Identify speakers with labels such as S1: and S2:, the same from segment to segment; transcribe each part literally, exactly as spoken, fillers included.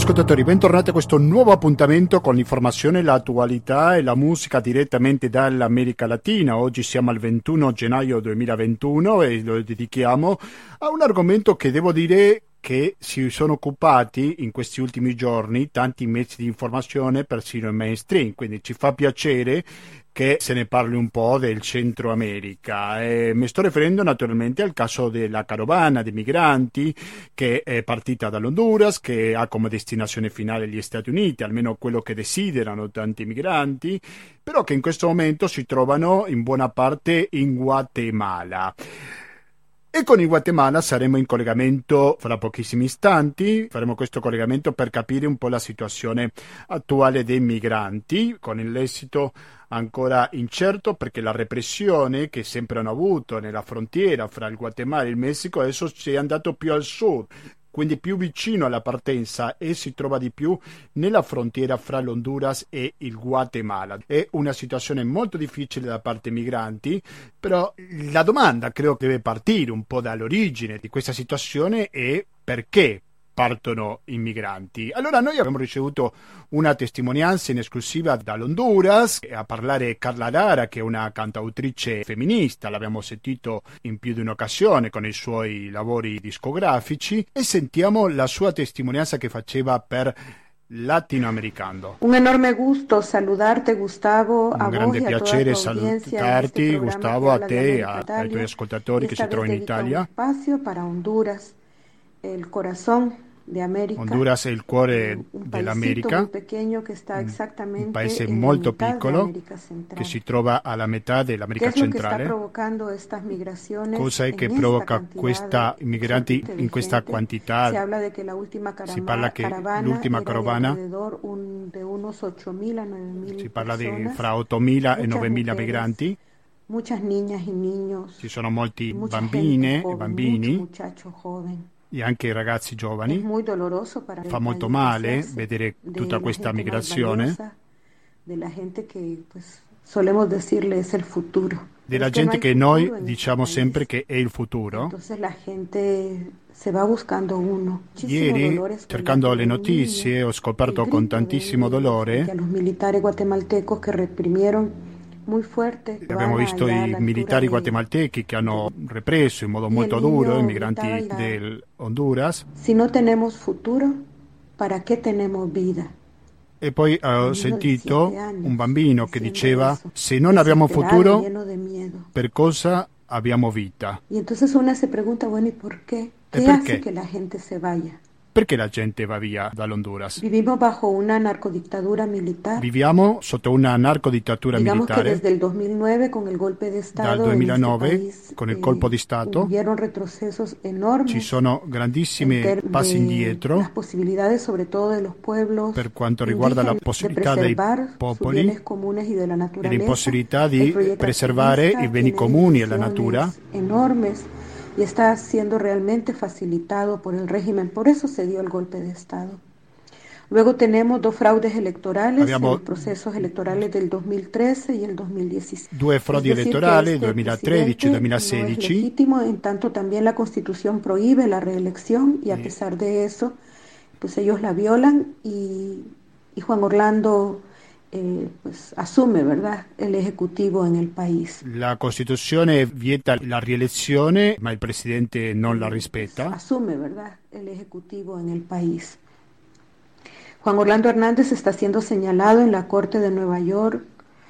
S1: ascoltatori, bentornati a questo nuovo appuntamento con l'informazione, l'attualità e la musica direttamente dall'America Latina. Oggi siamo al ventuno gennaio duemilaventuno e lo dedichiamo a un argomento che devo dire che si sono occupati in questi ultimi giorni tanti mezzi di informazione, persino il mainstream, quindi ci fa piacere che se ne parli un po' del Centro America. E mi sto riferendo naturalmente al caso della carovana di migranti che è partita dall'Honduras, che ha come destinazione finale gli Stati Uniti, almeno quello che desiderano tanti migranti, però che in questo momento si trovano in buona parte in Guatemala. E con il Guatemala saremo in collegamento fra pochissimi istanti, faremo questo collegamento per capire un po' la situazione attuale dei migranti, con l'esito ancora incerto perché la repressione che sempre hanno avuto nella frontiera fra il Guatemala e il Messico adesso si è andato più al sud, quindi più vicino alla partenza, e si trova di più nella frontiera fra l'Honduras e il Guatemala. È una situazione molto difficile da parte dei migranti, però la domanda credo che deve partire un po' dall'origine di questa situazione è perché partono i migranti. Allora noi abbiamo ricevuto una testimonianza in esclusiva dall'Honduras, a parlare Carla Lara, che è una cantautrice femminista, l'abbiamo sentito in più di un'occasione con i suoi lavori discografici, e sentiamo la sua testimonianza che faceva per Latinoamericano.
S2: Un enorme gusto saludarte, Gustavo,
S1: un
S2: a
S1: grande
S2: vos y a
S1: piacere
S2: toda tu audiencia
S1: salutarti,
S2: en este
S1: Gustavo, a
S2: programa
S1: te e
S2: Italia,
S1: ai tuoi ascoltatori che si
S2: esta
S1: trovano in
S2: vez dedica
S1: Italia.
S2: un espacio para Honduras, el corazón de América.
S1: Honduras è il cuore
S2: un
S1: dell'America,
S2: muy pequeño que está exactamente
S1: un paese
S2: en
S1: molto
S2: la mitad
S1: piccolo
S2: de América Central.
S1: che si trova alla metà dell'America
S2: ¿Qué es lo que está
S1: centrale.
S2: provocando estas migraciones?
S1: Cosa è che
S2: en
S1: provoca
S2: esta
S1: questa migranti
S2: exorbitante
S1: in questa
S2: gente?
S1: quantità?
S2: Se habla de que la última carava-
S1: Si parla che
S2: caravana
S1: l'ultima
S2: era
S1: carovana
S2: de alrededor un, de unos ocho mil a nueve mil
S1: si parla di
S2: personas.
S1: fra ottomila e
S2: Muchas
S1: novemila
S2: mujeres,
S1: migranti.
S2: Muchas niñas y niños,
S1: Ci sono molti
S2: mucha
S1: bambine
S2: gente
S1: e
S2: joven,
S1: bambini
S2: mucho muchacho joven.
S1: e anche ragazzi
S2: Es
S1: giovani.
S2: muy doloroso para
S1: Fa
S2: el
S1: molto
S2: país
S1: male
S2: vaciarse
S1: vedere
S2: de
S1: tutta
S2: la
S1: questa
S2: gente más
S1: migrazione,
S2: valiosa, de la gente que pues solemos decirle es el futuro. Pero
S1: della
S2: es que no
S1: gente
S2: hay
S1: che
S2: futuro
S1: noi
S2: en este
S1: diciamo
S2: país.
S1: sempre che è il futuro.
S2: Entonces la gente se va buscando uno. Muchísimo
S1: Ieri,
S2: dolor
S1: cercando le
S2: escuchar de un
S1: notizie,
S2: niño,
S1: ho scoperto
S2: el
S1: con
S2: grito de un
S1: tantissimo
S2: niño
S1: dolore.
S2: frente a los militares guatemaltecos que reprimieron muy fuerte.
S1: Abbiamo visto
S2: Allá a
S1: i
S2: la
S1: militari
S2: altura de-
S1: guatemaltechi che hanno represo in modo
S2: Y
S1: molto
S2: el
S1: duro
S2: niño
S1: i migranti
S2: gritaba,
S1: del Honduras.
S2: Si no tenemos futuro, ¿para qué tenemos vida?
S1: E poi ho
S2: niño
S1: sentito
S2: di siete anni
S1: un bambino che
S2: diciendo
S1: diceva:
S2: eso,
S1: se non abbiamo
S2: desesperado,
S1: futuro,
S2: lleno de miedo.
S1: per cosa abbiamo vita?
S2: Y entonces una se pregunta, bueno, ¿y por qué? ¿Qué
S1: por
S2: hace
S1: qué?
S2: que la gente se vaya?
S1: Perché la gente va via dall'Honduras?
S2: Vivimos bajo una narcodictadura militar.
S1: Viviamo sotto una narcodittatura
S2: Digamos que
S1: militare.
S2: desde el dos mil nueve, con el golpe de Estado,
S1: Dal duemilanove,
S2: en este país,
S1: con il
S2: eh,
S1: colpo di Stato,
S2: hubieron retrocesos enormes.
S1: ci sono grandissimi
S2: en ter-
S1: passi
S2: de
S1: indietro
S2: las posibilidades, sobre todo de los pueblos
S1: per quanto riguarda la
S2: indígenas,
S1: possibilità
S2: de
S1: dei
S2: preservar sus
S1: popoli
S2: bienes comunes y de la
S1: e
S2: naturaleza.
S1: l'impossibilità
S2: El
S1: di
S2: proyecto
S1: preservare
S2: activista
S1: i beni
S2: tiene
S1: comuni e la
S2: dimensiones
S1: natura,
S2: enormes y está siendo realmente facilitado por el régimen. Por eso se dio el golpe de Estado. Luego tenemos dos fraudes electorales
S1: Abbiamo
S2: en los procesos electorales del dos mil trece y el dos mil dieciséis.
S1: due frodi
S2: Es decir, que
S1: elettorali,
S2: este
S1: duemilatredici e
S2: presidente
S1: duemilasedici.
S2: No es legítimo, en tanto también la Constitución prohíbe la reelección y a
S1: Sí.
S2: pesar de eso, pues ellos la violan y, y Juan Orlando eh, pues asume, ¿verdad?, el ejecutivo en el país.
S1: La Costituzione vieta la rielezione, ma il presidente non la rispetta.
S2: Asume, ¿verdad?, el ejecutivo en el país. Juan Orlando Hernández está siendo señalado en la Corte de Nueva York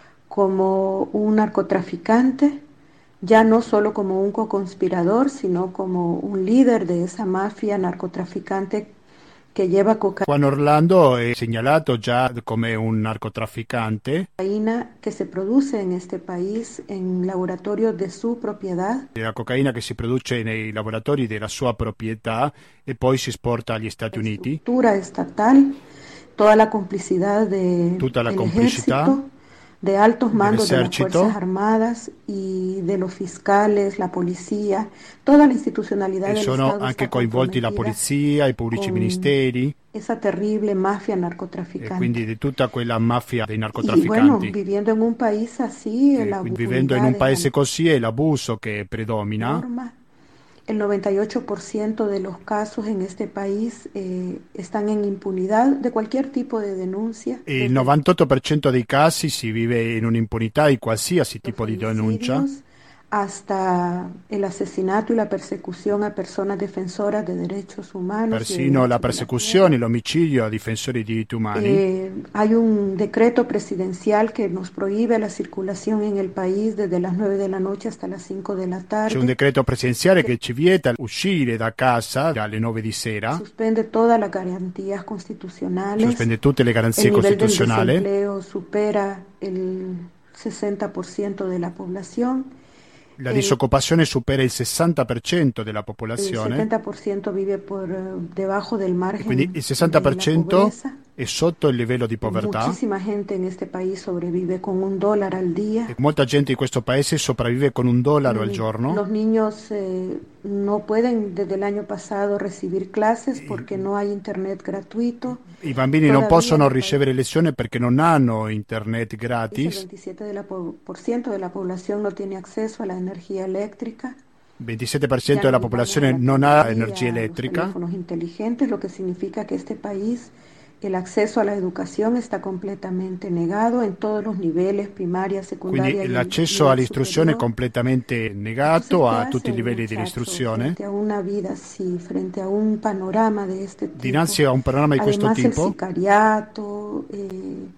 S2: como un narcotraficante, ya no solo como un coconspirador, sino como un líder de esa mafia narcotraficante che lleva
S1: Juan Orlando è segnalato già come un narcotrafficante.
S2: cocaína que se produce en este país en laboratorios de su propiedad.
S1: La cocaina che si produce nei laboratori della sua proprietà e poi si esporta agli Stati Uniti.
S2: Estructura estatal, toda la complicidad de
S1: Tutta la
S2: del
S1: complicità
S2: ejército, de altos mandos de las
S1: dell'esercito.
S2: Fuerzas Armadas y de los fiscales, la policía, toda la institucionalidad
S1: E
S2: del
S1: sono
S2: Estado
S1: anche
S2: está
S1: coinvolti la
S2: comprometida
S1: polizia, i pubblici
S2: con
S1: ministeri
S2: esa terrible mafia
S1: e
S2: narcotraficante.
S1: quindi di tutta quella mafia dei
S2: Y bueno,
S1: narcotrafficanti.
S2: viviendo en un país así,
S1: E
S2: la
S1: quindi vivendo in un
S2: vulgaridad
S1: paese
S2: es
S1: così è l'abuso che predomina.
S2: norma el noventa y ocho por ciento de los casos en este país eh, están en impunidad de cualquier tipo de denuncia.
S1: Il novantotto per cento dei casi si vive in un'impunità di qualsiasi tipo di denuncia.
S2: Hasta el asesinato y la persecución a personas defensoras de derechos humanos.
S1: Persino la persecuzione e l'omicidio a difensori di diritti umani.
S2: Eh, hay un decreto presidencial que nos prohíbe la circulación en el país desde las nueve de la noche hasta las cinco de la tarde.
S1: C'è un decreto presidenziale che ci vieta uscire da casa alle nove di sera.
S2: Suspende todas las garantías constitucionales.
S1: Sospende tutte le garanzie
S2: el nivel
S1: costituzionali.
S2: El desempleo supera el sessanta per cento de la población.
S1: La disoccupazione supera il sessanta per cento della popolazione.
S2: Il settanta per cento vive por debajo del margen.
S1: Quindi il sessanta per cento è sotto il livello di povertà.
S2: Muchísima gente en este país sobrevive con un dólar al día.
S1: E molta gente in questo paese sopravvive con un dollaro al giorno.
S2: Los niños eh, no pueden desde el año pasado recibir clases porque no hay internet gratuito.
S1: I bambini Todavía non possono ricevere lezioni perché non hanno internet gratis.
S2: Il ventisette per cento della popolazione non tiene accesso alla energia elettrica.
S1: ventisette per cento della popolazione non ha energia elettrica.
S2: Teléfonos inteligentes, lo que significa que este país el acceso a la educación está completamente negado en todos los niveles, primaria, secundaria.
S1: Quindi l'accesso all'istruzione è completamente negato a tutti i livelli dell'istruzione.
S2: Frente a una vida así, frente a un panorama de este tipo.
S1: Dinanzi a un panorama di questo
S2: Además,
S1: tipo.
S2: El sicariato, eh,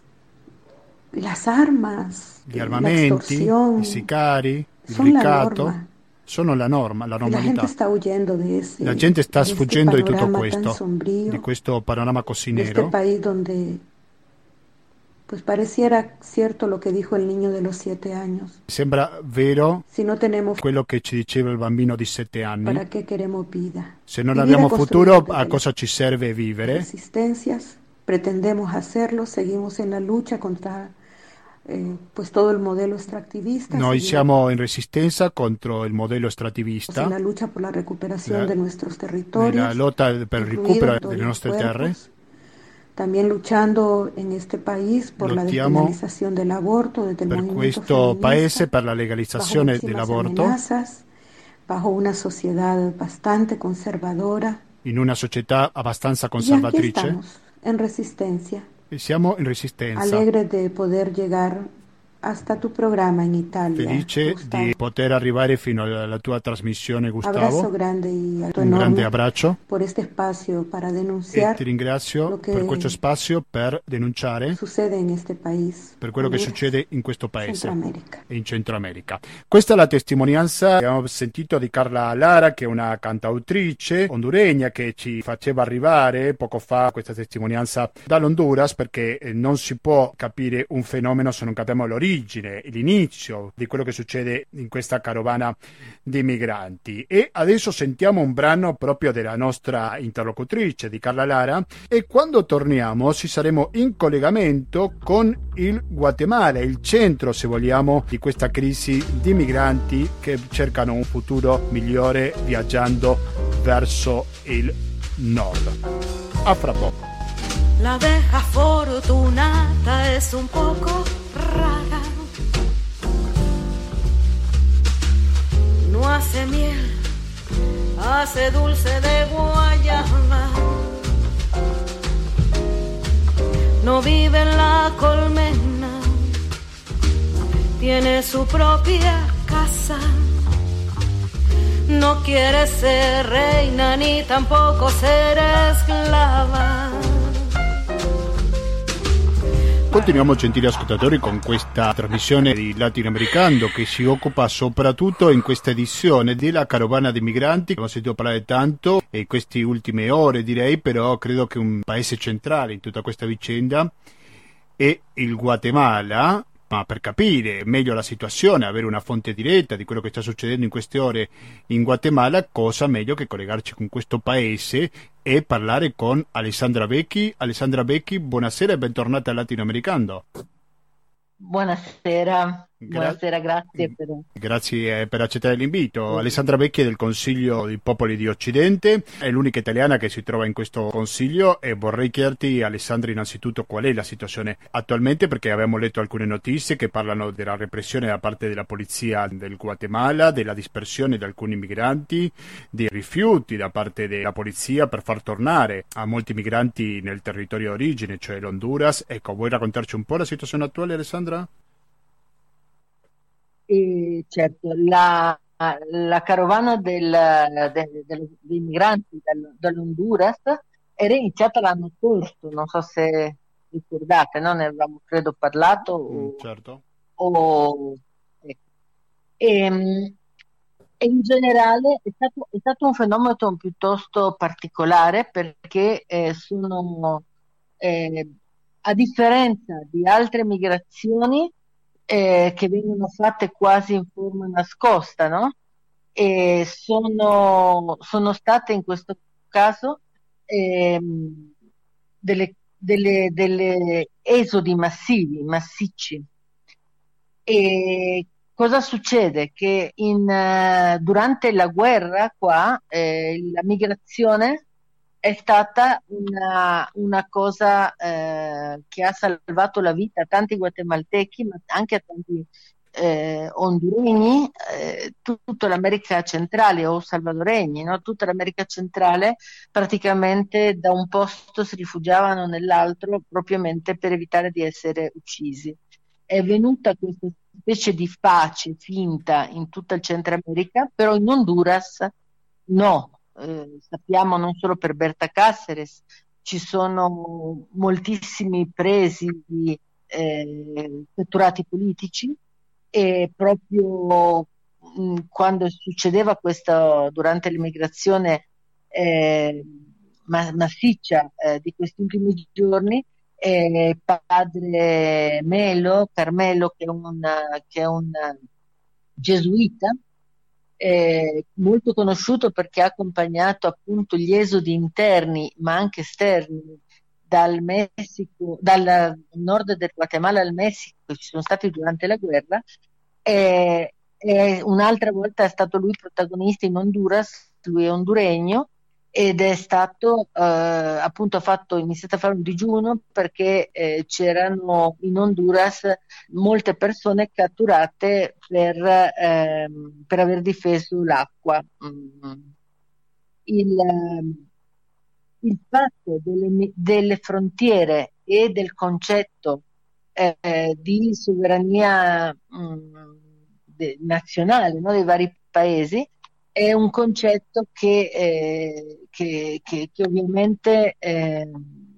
S2: las armas,
S1: gli armamenti, i sicari, il ricatto. Sono la norma, la normalità.
S2: La gente, de ese,
S1: la gente sta sfuggendo di tutto questo,
S2: sombrío,
S1: di questo panorama così nero.
S2: Este país donde, pues pareciera cierto lo que dijo el niño de los siete años.
S1: Sembra vero
S2: si no tenemos
S1: quello che ci diceva il bambino di sette anni.
S2: ¿Para qué queremos vida?
S1: Se non abbiamo futuro, a cosa ci serve vivere?
S2: Resistencias, pretendemos hacerlo, seguimos en la lucha contra Eh, pues todo il modello estrattivista.
S1: Noi siamo in resistenza contro il modello estrattivista.
S2: En la lucha por la recuperación la, de nuestros territorios.
S1: La lotta per il recupero delle nostre terre.
S2: También luchando en este país por
S1: Lottiamo
S2: la despenalización del aborto, desde el
S1: per
S2: movimiento
S1: questo
S2: feminista,
S1: paese, per la legalizzazione dell'aborto.
S2: Amenazas, bajo una sociedad bastante conservadora.
S1: In una società abbastanza conservatrice.
S2: Y aquí estamos, en resistencia.
S1: Siamo in resistenza.
S2: Alegre de poder llegar hasta tu programma in Italia.
S1: Felice Gustavo. Di poter arrivare fino alla tua trasmissione, Gustavo.
S2: Abrazo grande y
S1: un grande abbraccio.
S2: Por este espacio para denunciar.
S1: E ti ringrazio per questo spazio per denunciare.
S2: Succede in este país.
S1: Per quello che succede in questo paese.
S2: Centroamerica.
S1: E in Centro America. Questa è la testimonianza che abbiamo sentito di Carla Lara, che è una cantautrice honduregna che ci faceva arrivare poco fa questa testimonianza dall'Honduras, perché non si può capire un fenomeno se non capiamo l'origine. L'inizio di quello che succede in questa carovana di migranti. E adesso sentiamo un brano proprio della nostra interlocutrice, di Carla Lara, e quando torniamo ci saremo in collegamento con il Guatemala, il centro, se vogliamo, di questa crisi di migranti che cercano un futuro migliore viaggiando verso il nord. A fra poco.
S3: La abeja fortunata es un poco rara, no hace miel, hace dulce de guayaba, no vive en la colmena, tiene su propia casa, no quiere ser reina ni tampoco ser esclava.
S1: Continuiamo, gentili ascoltatori, con questa trasmissione di Latinoamericano che si occupa soprattutto in questa edizione della carovana di migranti. Abbiamo sentito parlare tanto in queste ultime ore, direi, però credo che un paese centrale in tutta questa vicenda è il Guatemala. Ma per capire meglio la situazione, avere una fonte diretta di quello che sta succedendo in queste ore in Guatemala, cosa meglio che collegarci con questo paese e parlare con Alessandra Becchi. Alessandra Becchi, buonasera e bentornata a Latinoamericano.
S4: Buonasera.
S1: Gra-
S4: Buonasera, grazie per...
S1: Grazie per accettare l'invito. Sì. Alessandra Vecchi del Consiglio dei Popoli di Occidente, è l'unica italiana che si trova in questo consiglio e vorrei chiederti, Alessandra, innanzitutto qual è la situazione attualmente, perché abbiamo letto alcune notizie che parlano della repressione da parte della polizia del Guatemala, della dispersione di alcuni migranti, dei rifiuti da parte della polizia per far tornare a molti migranti nel territorio d'origine, cioè l'Honduras. Ecco, vuoi raccontarci un po' la situazione attuale, Alessandra?
S4: E certo, la, la carovana del, de, de, dei migranti dal, dall'Honduras era iniziata l'anno scorso, non so se ricordate, no? Ne avevamo credo parlato.
S1: Mm,
S4: o,
S1: certo.
S4: O, ecco. e, e in generale è stato, è stato un fenomeno piuttosto particolare perché eh, sono, eh, a differenza di altre migrazioni, Eh, che vengono fatte quasi in forma nascosta, no? E sono, sono state in questo caso ehm, delle, delle, delle esodi massivi, massicci. E cosa succede? Che in, eh, durante la guerra qua eh, la migrazione è stata una, una cosa eh, che ha salvato la vita a tanti guatemaltechi, ma anche a tanti eh, honduregni, eh, tutta l'America centrale o salvadoregni, no? Tutta l'America centrale praticamente da un posto si rifugiavano nell'altro propriamente per evitare di essere uccisi. È venuta questa specie di pace finta in tutta il Centro America, però in Honduras no. Eh, sappiamo non solo per Berta Cáceres, ci sono moltissimi presi eh, catturati politici e proprio mh, quando succedeva questo durante l'immigrazione eh, ma- massiccia eh, di questi ultimi giorni, eh, padre Melo, Carmelo, che è un, che è un gesuita, eh, molto conosciuto perché ha accompagnato appunto gli esodi interni ma anche esterni dal Messico, dal nord del Guatemala al Messico, che ci sono stati durante la guerra, e, e un'altra volta è stato lui protagonista in Honduras, lui è honduregno ed è stato eh, appunto ha fatto, iniziato a fare un digiuno perché eh, c'erano in Honduras molte persone catturate per, ehm, per aver difeso l'acqua. Mm. Il, il fatto delle, delle frontiere e del concetto eh, di sovrania mh, de, nazionale, no, dei vari paesi è un concetto che, eh, che, che, che ovviamente eh,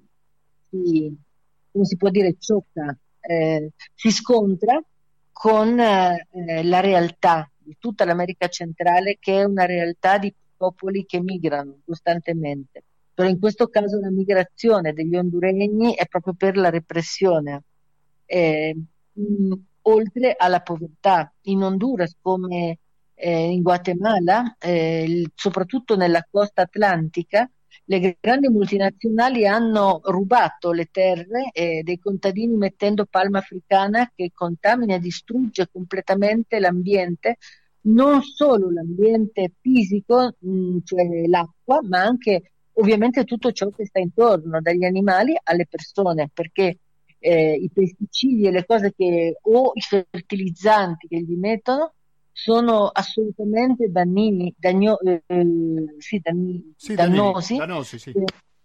S4: si, come si può dire, ciocca, eh, si scontra con eh, la realtà di tutta l'America centrale, che è una realtà di popoli che migrano costantemente. Però in questo caso la migrazione degli honduregni è proprio per la repressione, eh, mh, oltre alla povertà. In Honduras, come eh, in Guatemala, eh, il, soprattutto nella costa atlantica, le grandi multinazionali hanno rubato le terre eh, dei contadini mettendo palma africana che contamina e distrugge completamente l'ambiente, non solo l'ambiente fisico, mh, cioè l'acqua, ma anche ovviamente tutto ciò che sta intorno, dagli animali alle persone, perché eh, i pesticidi e le cose che, o i fertilizzanti che gli mettono sono assolutamente dannini, dagno, eh, sì, danni,
S1: Sì,
S4: dannosi.
S1: dannosi, sì.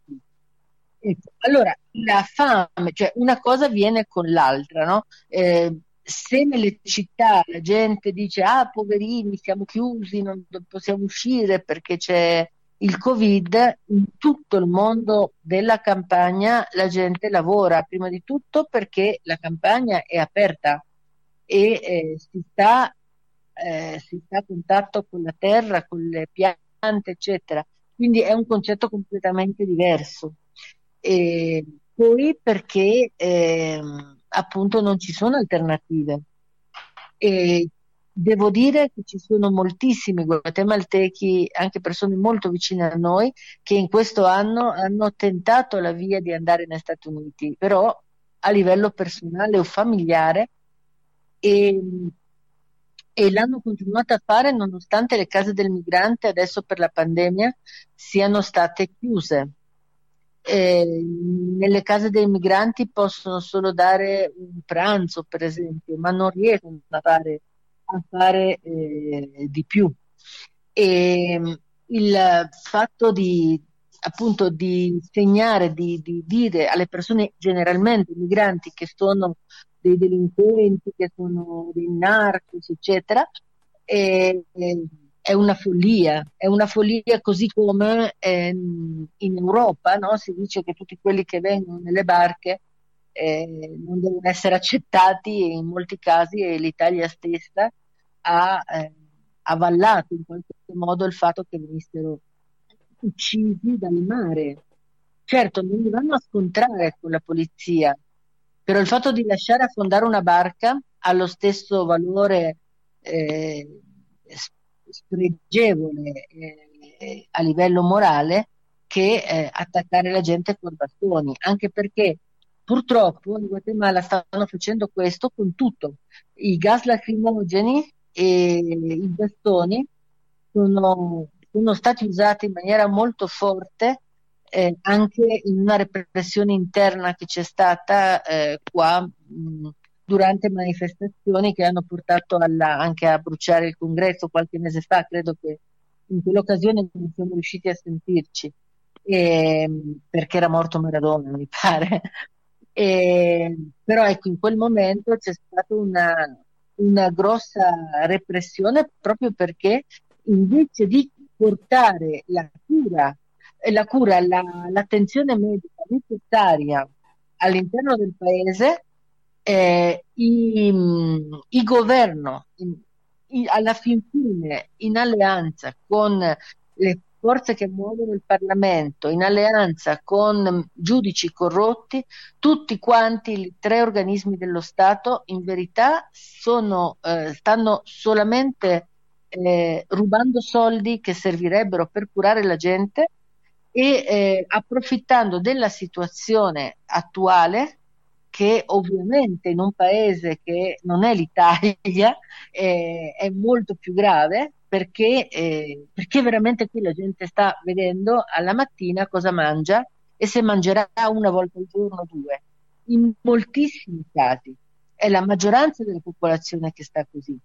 S4: Eh, allora, la fame, cioè una cosa viene con l'altra, no? Eh, se nelle città la gente dice ah, poverini, siamo chiusi, non possiamo uscire perché c'è il Covid, in tutto il mondo della campagna la gente lavora, prima di tutto perché la campagna è aperta e eh, si sta Eh, si sta a contatto con la terra, con le piante, eccetera. Quindi è un concetto completamente diverso. E poi perché eh, appunto non ci sono alternative. E devo dire che ci sono moltissimi guatemaltechi, anche persone molto vicine a noi, che in questo anno hanno tentato la via di andare negli Stati Uniti, però a livello personale o familiare e, e l'hanno continuato a fare nonostante le case del migrante adesso per la pandemia siano state chiuse. Eh, nelle case dei migranti possono solo dare un pranzo, per esempio, ma non riescono a fare, a fare eh, di più. E il fatto di appunto di segnare, di, di dire alle persone generalmente migranti che sono dei delinquenti, che sono dei narcos, eccetera, è, è una follia, è una follia così come eh, in Europa, no? Si dice che tutti quelli che vengono nelle barche eh, non devono essere accettati, e in molti casi è l'Italia stessa ha eh, avallato in qualche modo il fatto che venissero uccisi dal mare. Certo, non li vanno a scontrare con la polizia, però il fatto di lasciare affondare una barca ha lo stesso valore eh, spregevole eh, a livello morale che eh, attaccare la gente con bastoni, anche perché purtroppo in Guatemala stanno facendo questo con tutto. I gas lacrimogeni e i bastoni sono, sono stati usati in maniera molto forte eh, anche in una repressione interna che c'è stata eh, qua mh, durante manifestazioni che hanno portato alla, anche a bruciare il congresso qualche mese fa. Credo che in quell'occasione non siamo riusciti a sentirci eh, perché era morto Maradona, mi pare. E, però ecco, in quel momento c'è stata una, una grossa repressione proprio perché invece di portare la cura, la cura la, l'attenzione medica necessaria all'interno del paese, eh, i, i governo in, in, alla fin fine in alleanza con le forze che muovono il Parlamento, in alleanza con giudici corrotti, tutti quanti i tre organismi dello Stato in verità sono, eh, stanno solamente eh, rubando soldi che servirebbero per curare la gente e eh, approfittando della situazione attuale, che ovviamente in un paese che non è l'Italia eh, è molto più grave, perché, eh, perché veramente qui la gente sta vedendo alla mattina cosa mangia e se mangerà una volta al giorno o due. In moltissimi casi è la maggioranza della popolazione che sta così.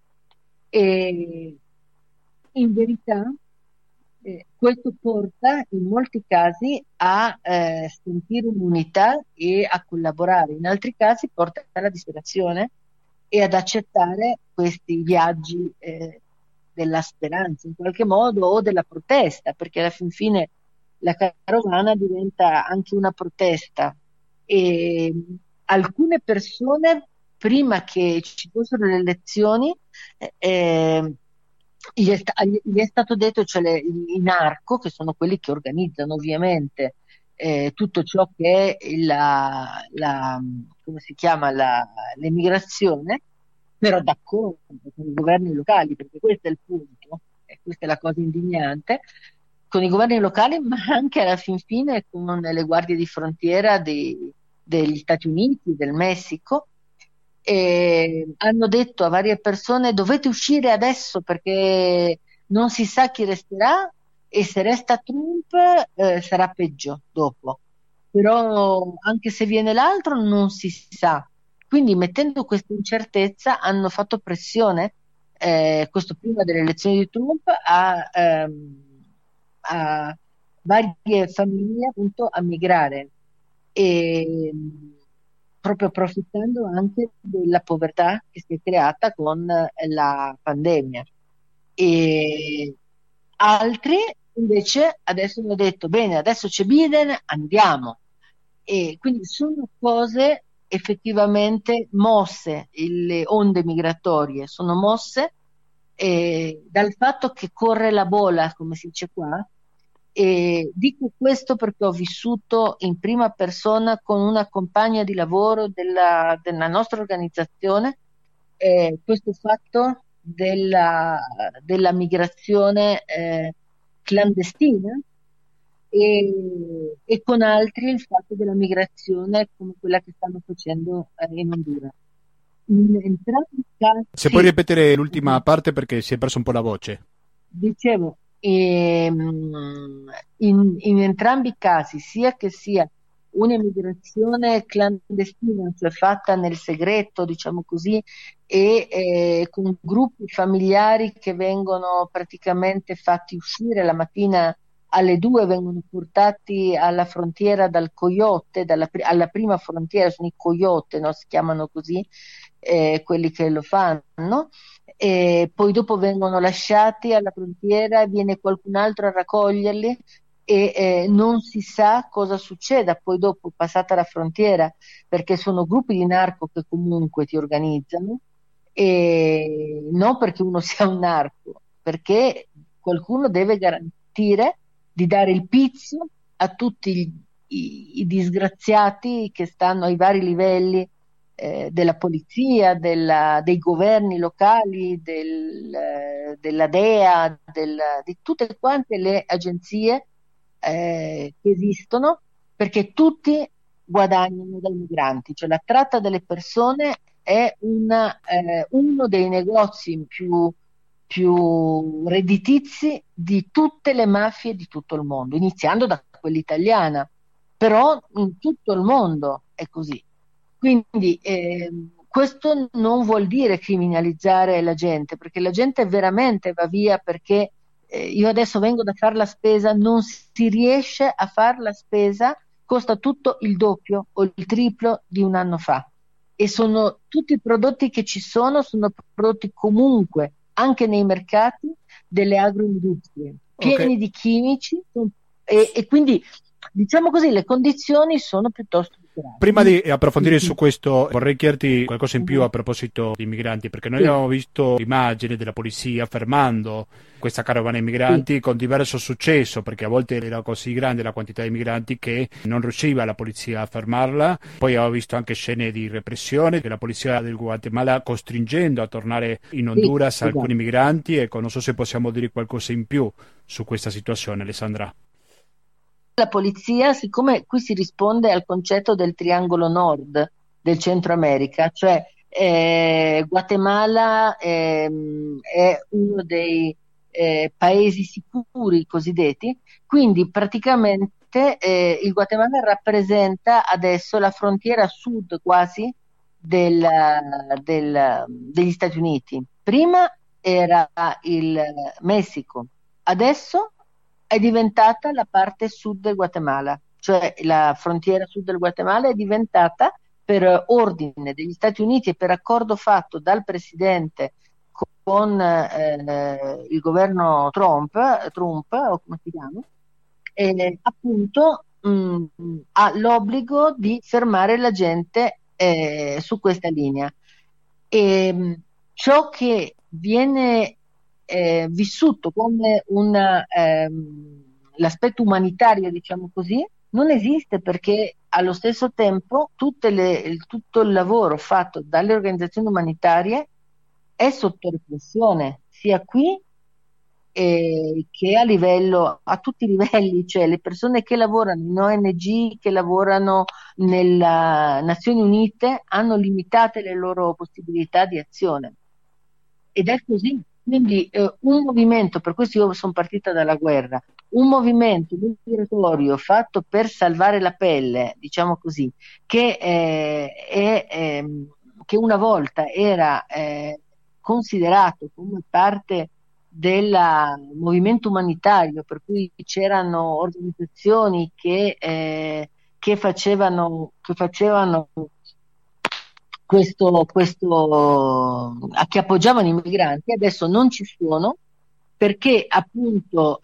S4: E in verità eh, questo porta in molti casi a eh, sentire un'unità e a collaborare, in altri casi porta alla disperazione e ad accettare questi viaggi eh, della speranza in qualche modo o della protesta, perché alla fin fine la carovana diventa anche una protesta e alcune persone prima che ci fossero le elezioni eh, gli, è sta- gli è stato detto, cioè le, i narco, che sono quelli che organizzano ovviamente eh, tutto ciò che è la, la come si chiama la, l'emigrazione, però d'accordo con i governi locali, perché questo è il punto, e questa è la cosa indignante, con i governi locali, ma anche alla fin fine con le guardie di frontiera dei, degli Stati Uniti, del Messico, e hanno detto a varie persone: dovete uscire adesso perché non si sa chi resterà e se resta Trump eh, sarà peggio dopo, però anche se viene l'altro non si sa. Quindi mettendo questa incertezza hanno fatto pressione, eh, questo prima delle elezioni di Trump, a, ehm, a varie famiglie appunto a migrare, e proprio approfittando anche della povertà che si è creata con la pandemia. E altri invece adesso hanno detto: bene, adesso c'è Biden, andiamo. E quindi sono cose effettivamente mosse, le onde migratorie sono mosse eh, dal fatto che corre la bola, come si dice qua. E dico questo perché ho vissuto in prima persona con una compagna di lavoro della, della nostra organizzazione eh, questo fatto della, della migrazione eh, clandestina e, e con altri il fatto della migrazione come quella che stanno facendo eh, in Honduras. in entrambi i casi,
S1: Se
S4: sì,
S1: puoi ripetere l'ultima parte perché si è perso un po' la voce.
S4: dicevo, ehm, in, in entrambi i casi, sia che sia un'emigrazione clandestina, cioè fatta nel segreto, diciamo così, e eh, con gruppi familiari che vengono praticamente fatti uscire la mattina alle due, vengono portati alla frontiera dal coyote, dalla, pri- alla prima frontiera, sono i coyote, no? Si chiamano così, eh, quelli che lo fanno, e poi dopo vengono lasciati alla frontiera, viene qualcun altro a raccoglierli e eh, non si sa cosa succeda poi dopo passata la frontiera, perché sono gruppi di narco che comunque ti organizzano, e non perché uno sia un narco, perché qualcuno deve garantire di dare il pizzo a tutti i, i- i disgraziati che stanno ai vari livelli eh, della polizia, della- dei governi locali, del, eh, della D E A, del- di tutte quante le agenzie eh, che esistono, perché tutti guadagnano dai migranti, cioè la tratta delle persone è una, eh, uno dei negozi più, più redditizi di tutte le mafie di tutto il mondo, iniziando da quella italiana, però in tutto il mondo è così. Quindi ehm, questo non vuol dire criminalizzare la gente, perché la gente veramente va via perché eh, io adesso vengo da fare la spesa, non si riesce a fare la spesa, costa tutto il doppio o il triplo di un anno fa. E sono tutti i prodotti che ci sono, sono prodotti comunque anche nei mercati delle agroindustrie,
S1: Ok.
S4: pieni di chimici, e, e quindi diciamo così le condizioni sono piuttosto grave.
S1: Prima di approfondire su questo, vorrei chiederti qualcosa in più a proposito di migranti, perché noi
S4: Sì.
S1: abbiamo visto immagini della polizia fermando questa carovana di migranti
S4: Sì.
S1: con diverso successo, perché a volte era così grande la quantità di migranti che non riusciva la polizia a fermarla. Poi abbiamo visto anche scene di repressione, che la polizia del Guatemala costringendo a tornare in Honduras
S4: Sì,
S1: alcuni
S4: esatto.
S1: migranti. Ecco, non so se possiamo dire qualcosa in più su questa situazione, Alessandra.
S4: La polizia, siccome qui si risponde al concetto del triangolo nord del Centro America, cioè eh, Guatemala ehm, è uno dei eh, paesi sicuri cosiddetti, quindi praticamente eh, il Guatemala rappresenta adesso la frontiera sud quasi del, del- degli Stati Uniti. Prima era il Messico, adesso è diventata la parte sud del Guatemala, cioè la frontiera sud del Guatemala è diventata per ordine degli Stati Uniti e per accordo fatto dal presidente con eh, il governo Trump, Trump, o come si chiama, eh, appunto mh, ha l'obbligo di fermare la gente eh, su questa linea. E, mh, ciò che viene eh, vissuto come una, ehm, l'aspetto umanitario, diciamo così, non esiste, perché allo stesso tempo tutte le- il- tutto il lavoro fatto dalle organizzazioni umanitarie è sotto repressione, sia qui eh, che a livello, a tutti i livelli, cioè le persone che lavorano in O N G, che lavorano nelle Nazioni Unite, hanno limitate le loro possibilità di azione. Ed è così. Quindi eh, un movimento, per questo io sono partita dalla guerra, un movimento migratorio fatto per salvare la pelle, diciamo così, che, eh, è, ehm, che una volta era eh, considerato come parte del movimento umanitario, per cui c'erano organizzazioni che, eh, che facevano, che facevano questo, questo, che appoggiavano i migranti, adesso non ci sono, perché appunto,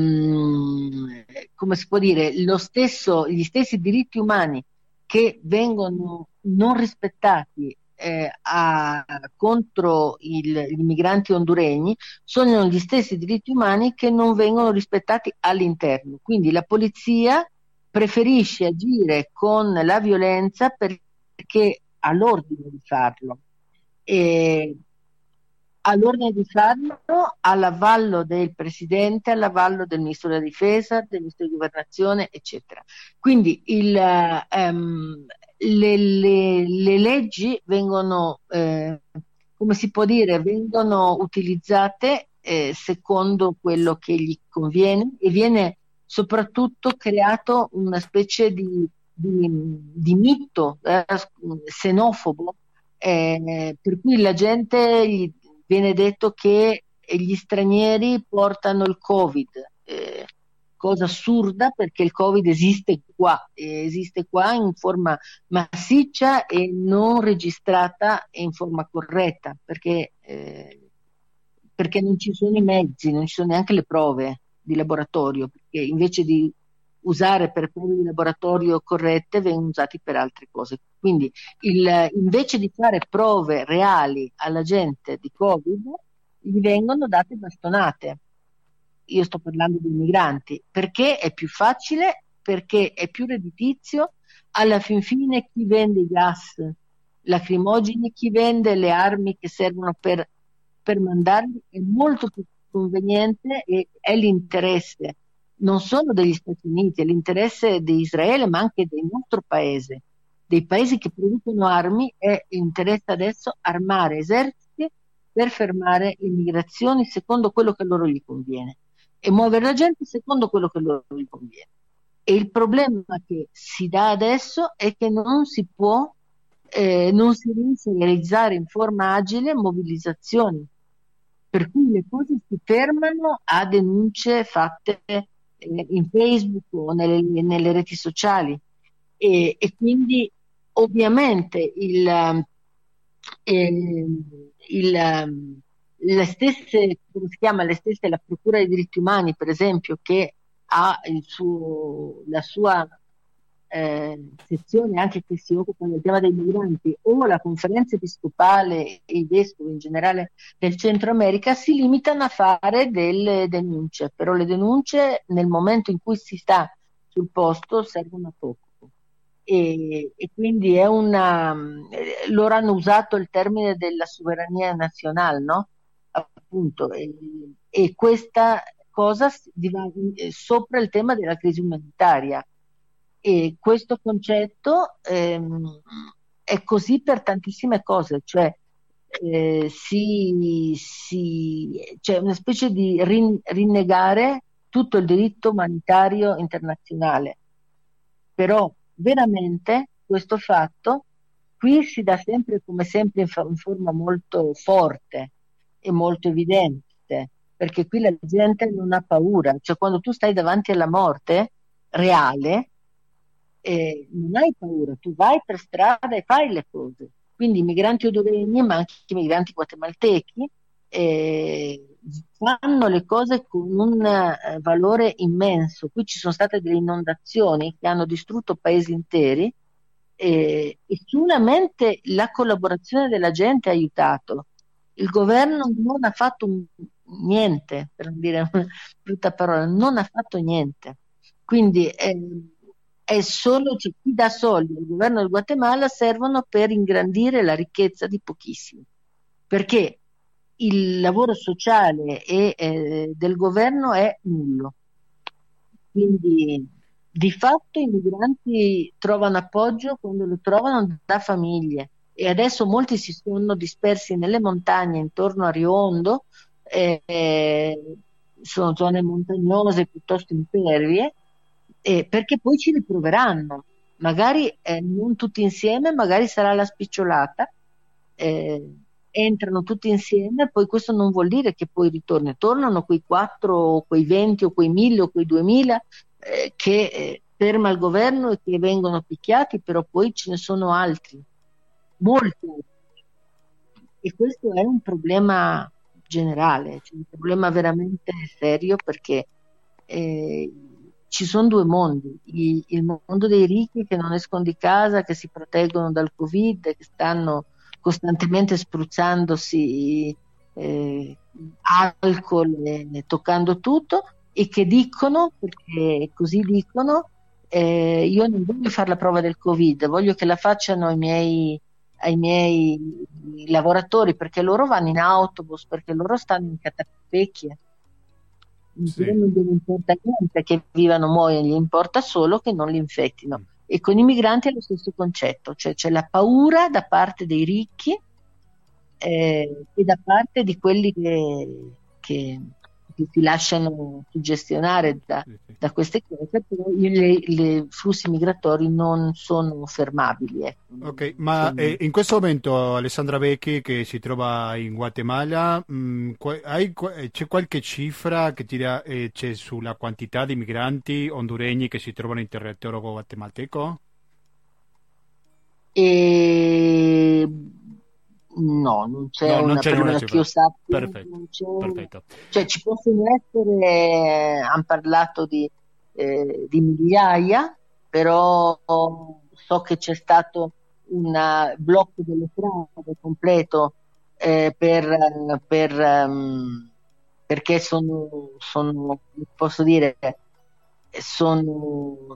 S4: ehm, come si può dire, lo stesso, gli stessi diritti umani che vengono non rispettati eh, a- contro il- gli migranti honduregni sono gli stessi diritti umani che non vengono rispettati all'interno. Quindi la polizia preferisce agire con la violenza perché ha l'ordine di farlo. E all'ordine di farlo all'avallo del Presidente, all'avallo del Ministro della Difesa, del Ministro di Governazione, eccetera. Quindi il, um, le, le, le leggi vengono, eh, come si può dire, vengono utilizzate eh, secondo quello che gli conviene, e viene soprattutto creato una specie di, di, di mito eh, xenofobo, eh, per cui la gente gli viene detto che gli stranieri portano il Covid, eh, cosa assurda, perché il Covid esiste qua, eh, esiste qua in forma massiccia e non registrata in forma corretta, perché, eh, perché non ci sono i mezzi, non ci sono neanche le prove di laboratorio, perché invece di usare per prove di laboratorio corrette vengono usati per altre cose. Quindi il, invece di fare prove reali alla gente di Covid, gli vengono date bastonate. Io sto parlando dei migranti, perché è più facile, perché è più redditizio. Alla fin fine chi vende i gas lacrimogeni, chi vende le armi che servono per, per mandarli, è molto più conveniente, e è l'interesse non solo degli Stati Uniti, è l'interesse di Israele, ma anche del nostro paese, dei paesi che producono armi. È interesse adesso armare eserciti per fermare le migrazioni secondo quello che loro gli conviene, e muovere la gente secondo quello che loro gli conviene. E il problema che si dà adesso è che non si può, eh, non si riesce a realizzare in forma agile mobilizzazioni, per cui le cose si fermano a denunce fatte in Facebook o nelle, nelle reti sociali, e, e quindi ovviamente il, eh, il, le stesse, come si chiama, le stesse, la Procura dei diritti umani, per esempio, che ha il suo, la sua eh, sezione anche che si occupa del tema dei migranti, o la Conferenza Episcopale e i vescovi in generale del Centro America, si limitano a fare delle denunce, però le denunce nel momento in cui si sta sul posto servono a poco, e, e quindi è una, loro hanno usato il termine della sovrania nazionale, no? Appunto, e, e questa cosa va sopra il tema della crisi umanitaria. E questo concetto ehm, è così per tantissime cose, cioè eh, si, si, c'è una specie di rin, rinnegare tutto il diritto umanitario internazionale, però veramente questo fatto qui si dà sempre, come sempre, in, fa, in forma molto forte e molto evidente, perché qui la gente non ha paura, cioè quando tu stai davanti alla morte reale, Eh, non hai paura, tu vai per strada e fai le cose. Quindi i migranti odoregni, ma anche i migranti guatemaltechi, eh, fanno le cose con un eh, valore immenso. Qui ci sono state delle inondazioni che hanno distrutto paesi interi, eh, e solamente la collaborazione della gente ha aiutato. Il governo non ha fatto un, niente, per non dire una brutta parola, non ha fatto niente. Quindi eh, è solo, cioè, chi dà soldi al governo del Guatemala servono per ingrandire la ricchezza di pochissimi, perché il lavoro sociale e, eh, del governo è nullo. Quindi di fatto i migranti trovano appoggio quando lo trovano da famiglie, e adesso molti si sono dispersi nelle montagne intorno a Riondo, eh, sono zone montagnose piuttosto impervie, Eh, perché poi ci riproveranno, magari eh, non tutti insieme, magari sarà la spicciolata, eh, entrano tutti insieme, poi questo non vuol dire che poi ritorni, tornano quei quattro o quei venti o quei mille o quei duemila eh, che eh, ferma il governo e che vengono picchiati, però poi ce ne sono altri, molti altri, e questo è un problema generale, cioè un problema veramente serio, perché eh, ci sono due mondi, il, il mondo dei ricchi che non escono di casa, che si proteggono dal Covid, che stanno costantemente spruzzandosi eh, alcol e toccando tutto, e che dicono, perché così dicono, eh, io non voglio fare la prova del Covid, voglio che la facciano i miei ai miei lavoratori, perché loro vanno in autobus, perché loro stanno in catapecchie.
S1: Sì.
S4: Non gli importa niente che vivano o muoiono, gli importa solo che non li infettino.
S1: Mm.
S4: E con i migranti è lo stesso concetto, cioè c'è la paura da parte dei ricchi eh, e da parte di quelli che, che- che si lasciano suggestionare da,
S1: Sì, sì.
S4: da queste cose, però i flussi migratori non sono fermabili, ecco, non
S1: Ok, ma
S4: sono-
S1: eh, in questo momento Alessandra Becchi che si trova in Guatemala, mh, qua- hai qua- eh, c'è qualche cifra che tira, eh, c'è sulla quantità di migranti honduregni che si trovano in territorio guatemalteco?
S4: E no, non c'è
S1: No, non
S4: una,
S1: c'è
S4: perché
S1: una
S4: che io
S1: cifra.
S4: sappia,
S1: Perfetto,
S4: non c'è una,
S1: perfetto.
S4: cioè ci possono essere, hanno parlato di, eh, di migliaia, però so che c'è stato un eh, blocco delle strade completo eh, per, per, ehm, perché sono, sono, posso dire, sono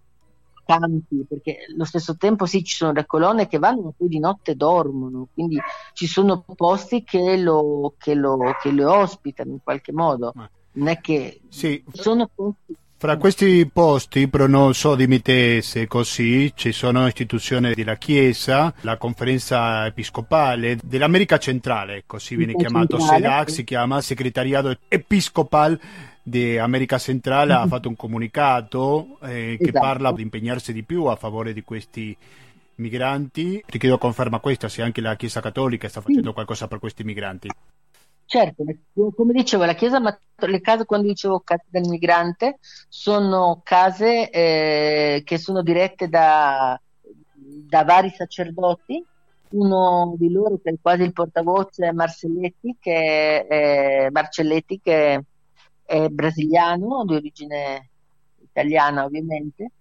S4: campi, perché allo stesso tempo sì, ci sono le colonne che vanno, ma poi di notte dormono, quindi ci sono posti che lo, che lo, che lo ospitano in qualche modo.
S1: Ah,
S4: Non è che
S1: sì,
S4: sono posti.
S1: fra questi posti, però non so, dimmi te se è così, ci sono istituzioni della Chiesa, la conferenza episcopale dell'America Centrale, così viene chiamato,
S4: Centrale,
S1: SEDAC
S4: sì.
S1: si chiama, Segretariato Episcopal di America Centrale, ha fatto un comunicato eh, che parla
S4: Esatto.
S1: di impegnarsi di più a favore di questi migranti. Ti chiedo conferma questa, se anche la Chiesa Cattolica sta
S4: Sì,
S1: facendo qualcosa per questi migranti.
S4: certo, le- come dicevo, la chiesa, ma le case, quando dicevo case del migrante, sono case eh, che sono dirette da, da vari sacerdoti. Uno di loro, che è quasi il portavoce, è Marcelletti, che è, Marcelletti, che è brasiliano, di origine italiana ovviamente,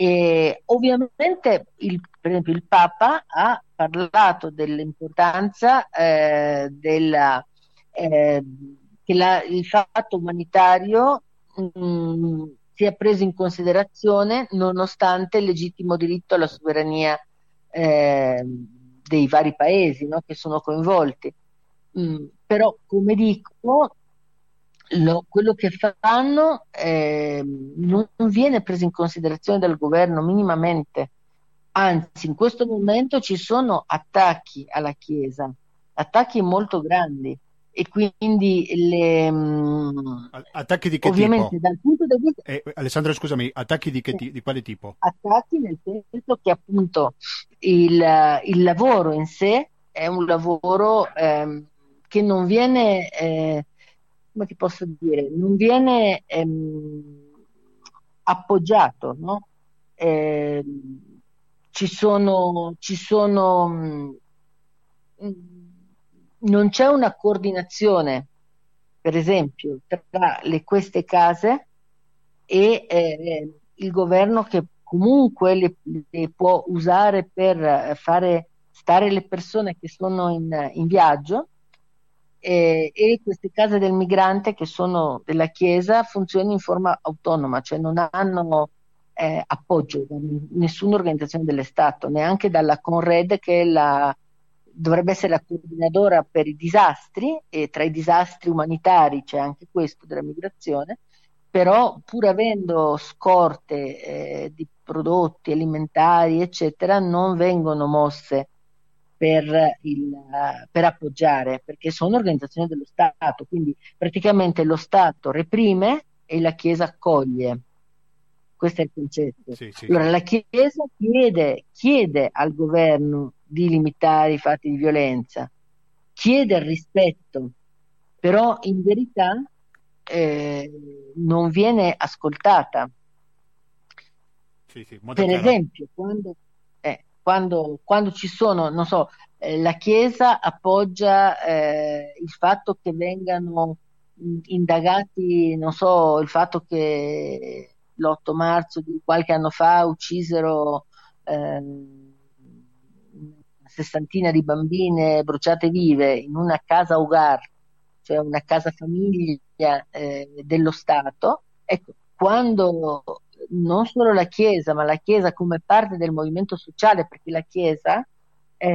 S4: e ovviamente il, per esempio il Papa ha parlato dell'importanza eh, della eh, che la- il fatto umanitario mh, sia preso in considerazione nonostante il legittimo diritto alla sovrania eh, dei vari paesi, no, che sono coinvolti. Mm, però, come dico, lo- quello che fanno ehm, non viene preso in considerazione dal governo minimamente. Anzi, in questo momento ci sono attacchi alla Chiesa, attacchi molto grandi e quindi le, mm,
S1: A- Attacchi di che tipo?
S4: ovviamente dal punto di vista
S1: Eh, Alessandro, scusami, attacchi di, che ti- di quale tipo?
S4: attacchi nel senso che appunto il, il lavoro in sé è un lavoro ehm, che non viene, eh, come ti posso dire, non viene ehm, appoggiato, no? Ehm, ci sono, ci sono, mh, non c'è una coordinazione, per esempio, tra le- queste case e eh, il governo che comunque le, le può usare per eh, fare stare le persone che sono in, in viaggio eh, e queste case del migrante che sono della Chiesa funzionano in forma autonoma, cioè non hanno eh, appoggio da nessuna organizzazione dell'Estato, neanche dalla Conred che è la, dovrebbe essere la coordinadora per i disastri e tra i disastri umanitari c'è anche questo della migrazione, però pur avendo scorte eh, di prodotti alimentari, eccetera, non vengono mosse per, il, per appoggiare, perché sono organizzazioni dello Stato, quindi praticamente lo Stato reprime e la Chiesa accoglie. Questo è il concetto.
S1: Sì, sì,
S4: Allora,
S1: sì.
S4: la Chiesa chiede, chiede al governo di limitare i fatti di violenza, chiede il rispetto, però in verità eh, non viene ascoltata.
S1: Sì, sì, molto
S4: Per
S1: chiaro.
S4: esempio, quando, eh, quando, quando ci sono, non so, eh, la Chiesa appoggia eh, il fatto che vengano mh, indagati, non so, il fatto che l'otto marzo di qualche anno fa uccisero ehm, una sessantina di bambine bruciate vive in una casa Ugar, cioè una casa famiglia eh, dello Stato. Ecco, quando non solo la Chiesa, ma la Chiesa come parte del movimento sociale, perché la Chiesa eh,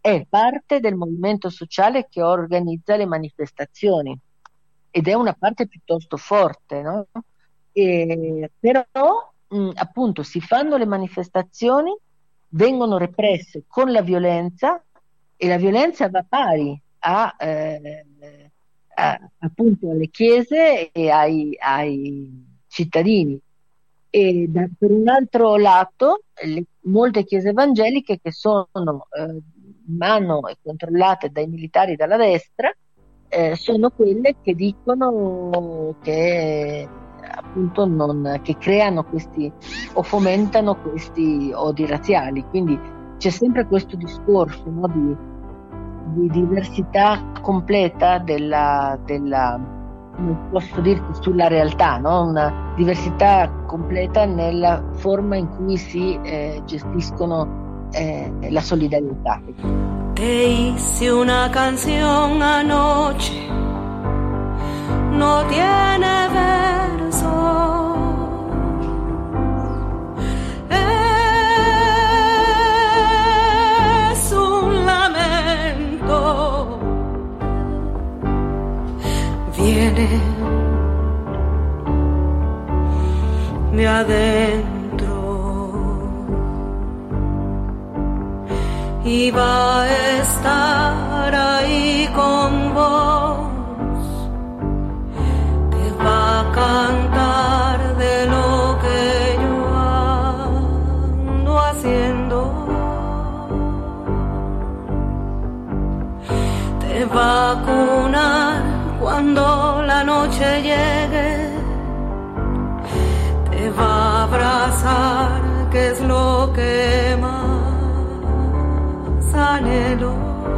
S4: è parte del movimento sociale che organizza le manifestazioni ed è una parte piuttosto forte, no? E, però mh, appunto si fanno le manifestazioni, vengono represse con la violenza e la violenza va pari a, eh, a- appunto alle chiese e ai, ai cittadini. E da- per un altro lato, le- molte chiese evangeliche che sono eh, in mano e controllate dai militari dalla destra, eh, sono quelle che dicono che appunto non, che creano questi o fomentano questi odi razziali. Quindi c'è sempre questo discorso, no, di, di diversità completa della, della, non posso dirti sulla realtà, no? Una diversità completa nella forma in cui si eh, gestiscono eh, la solidarietà.
S3: Te hice una canción anoche, no tiene verso. Es un lamento. Viene de adentro y va a estar ahí con vos, te va a cantar de lo que yo ando haciendo, te va a cunar cuando la noche llegue, te va a abrazar, que es lo que más anhelo.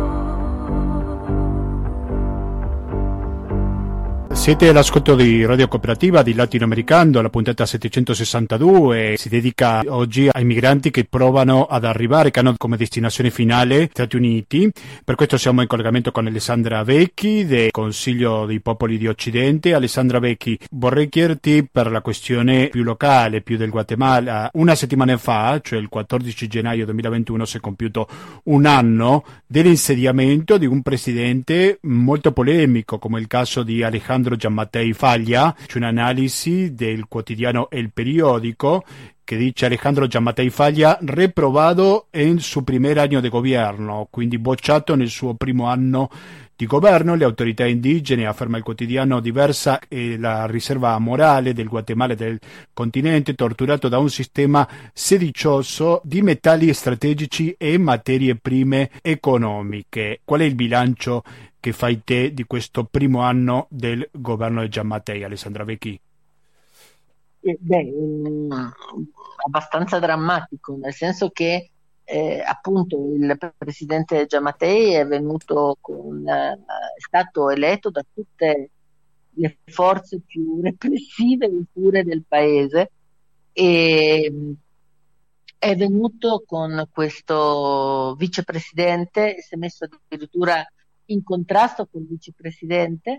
S1: Siete all'ascolto di Radio Cooperativa di Latinoamericano, la puntata settecentosessantadue si dedica oggi ai migranti che provano ad arrivare, che hanno come destinazione finale Stati Uniti. Per questo siamo in collegamento con Alessandra Vecchi del Consiglio dei Popoli di Occidente. Alessandra Vecchi, vorrei chiederti per la questione più locale, più del Guatemala. Una settimana fa, cioè il quattordici gennaio duemilaventuno, si è compiuto un anno dell'insediamento di un presidente molto polemico, come il caso di Alejandro Giammattei Falla. C'è un'analisi del quotidiano El Periódico que dice Alejandro Giammattei Falla reprobato en su primer año de gobierno, quindi bocciato nel suo primo anno di governo. Le autorità indigene, afferma il quotidiano, diversa e la riserva morale del Guatemala e del continente, torturato da un sistema sedicioso di metalli strategici e materie prime economiche. Qual è il bilancio che fai te di questo primo anno del governo di Giammattei, Alessandra Vecchi?
S4: Eh, Beh, mm, abbastanza drammatico, nel senso che eh, appunto il presidente Giammattei è venuto con, eh, è stato eletto da tutte le forze più repressive e pure del paese e mm, è venuto con questo vicepresidente, si è messo addirittura in contrasto con il vicepresidente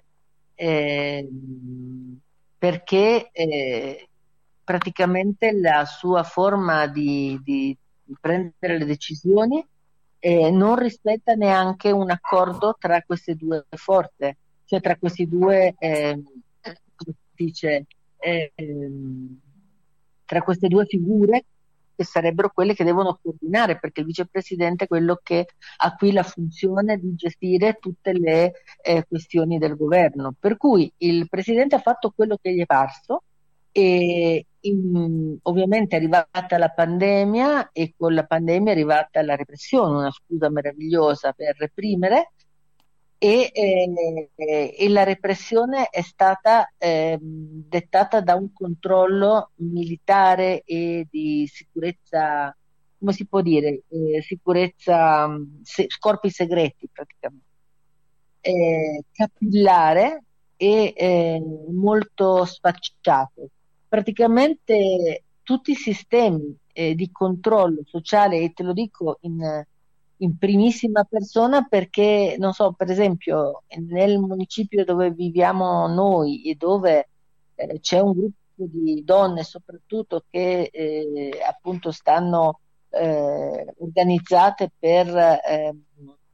S4: ehm, perché eh, praticamente la sua forma di, di- di prendere le decisioni eh, non rispetta neanche un accordo tra queste due forze, cioè tra questi due, ehm, come si dice, ehm, tra queste due figure che sarebbero quelle che devono coordinare, perché il vicepresidente è quello che ha qui la funzione di gestire tutte le eh, questioni del governo. Per cui il presidente ha fatto quello che gli è parso e in- ovviamente è arrivata la pandemia e con la pandemia è arrivata la repressione, una scusa meravigliosa per reprimere e, eh, e la repressione è stata ehm, dettata da un controllo militare e di sicurezza, come si può dire, Eh, sicurezza, mh, se- corpi segreti praticamente, eh, capillare e eh, molto sfacciato. Praticamente tutti i sistemi eh, di controllo sociale, e te lo dico in, in primissima persona perché, non so, per esempio, nel municipio dove viviamo noi e dove eh, c'è un gruppo di donne soprattutto che eh, appunto stanno eh, organizzate per eh,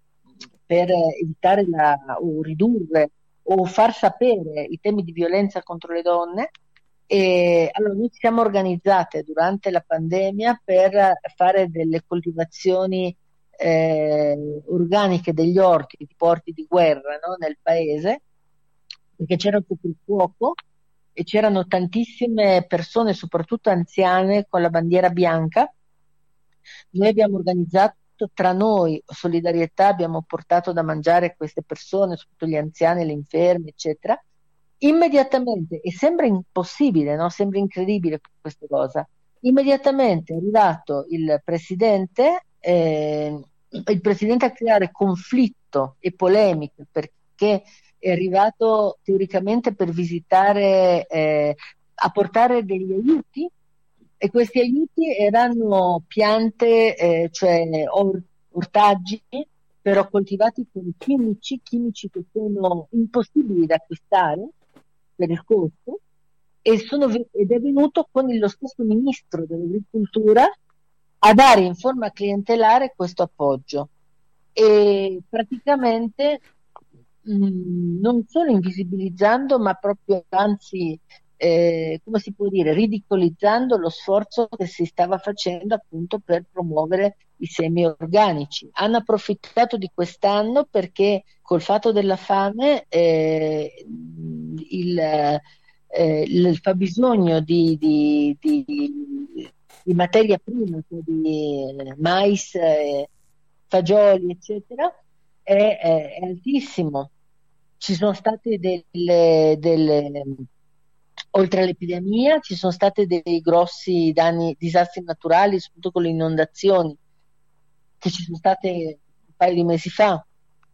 S4: per evitare la, o ridurre o far sapere i temi di violenza contro le donne. E allora noi ci siamo organizzate durante la pandemia per fare delle coltivazioni eh, organiche degli orti, tipo orti di guerra, no, nel paese, perché c'era tutto il fuoco e c'erano tantissime persone, soprattutto anziane, con la bandiera bianca. Noi abbiamo organizzato tra noi solidarietà, abbiamo portato da mangiare a queste persone, soprattutto gli anziani, le inferme, eccetera. Immediatamente, e sembra impossibile, no? Sembra incredibile questa cosa. Immediatamente è arrivato il presidente, eh, il presidente a creare conflitto e polemica, perché è arrivato teoricamente per visitare, eh, a portare degli aiuti, e questi aiuti erano piante, eh, cioè or- ortaggi, però coltivati con chimici, chimici che sono impossibili da acquistare per il costo, e sono, ed è venuto con lo stesso ministro dell'agricoltura a dare in forma clientelare questo appoggio, e praticamente mh, non solo invisibilizzando, ma proprio anzi eh, come si può dire, ridicolizzando lo sforzo che si stava facendo appunto per promuovere i semi organici. Hanno approfittato di quest'anno perché col fatto della fame eh, il, eh, il fabbisogno di, di, di, di materia prima, cioè di mais, eh, fagioli, eccetera, è, è, è altissimo. Ci sono state delle, delle oltre all'epidemia, ci sono stati dei grossi danni, disastri naturali, soprattutto con le inondazioni che ci sono state un paio di mesi fa.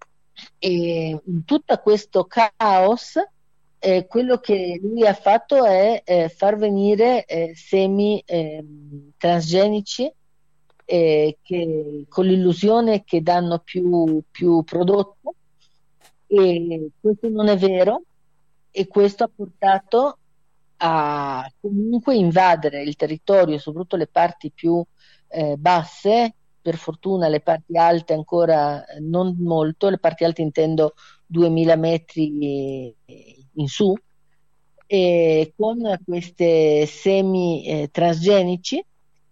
S4: E in tutto questo caos, eh, quello che lui ha fatto è eh, far venire eh, semi eh, transgenici eh, che, con l'illusione che danno più, più prodotto, e questo non è vero, e questo ha portato a comunque invadere il territorio, soprattutto le parti più eh, basse. Per fortuna le parti alte ancora non molto, le parti alte intendo duemila metri in su, e con queste semi eh, transgenici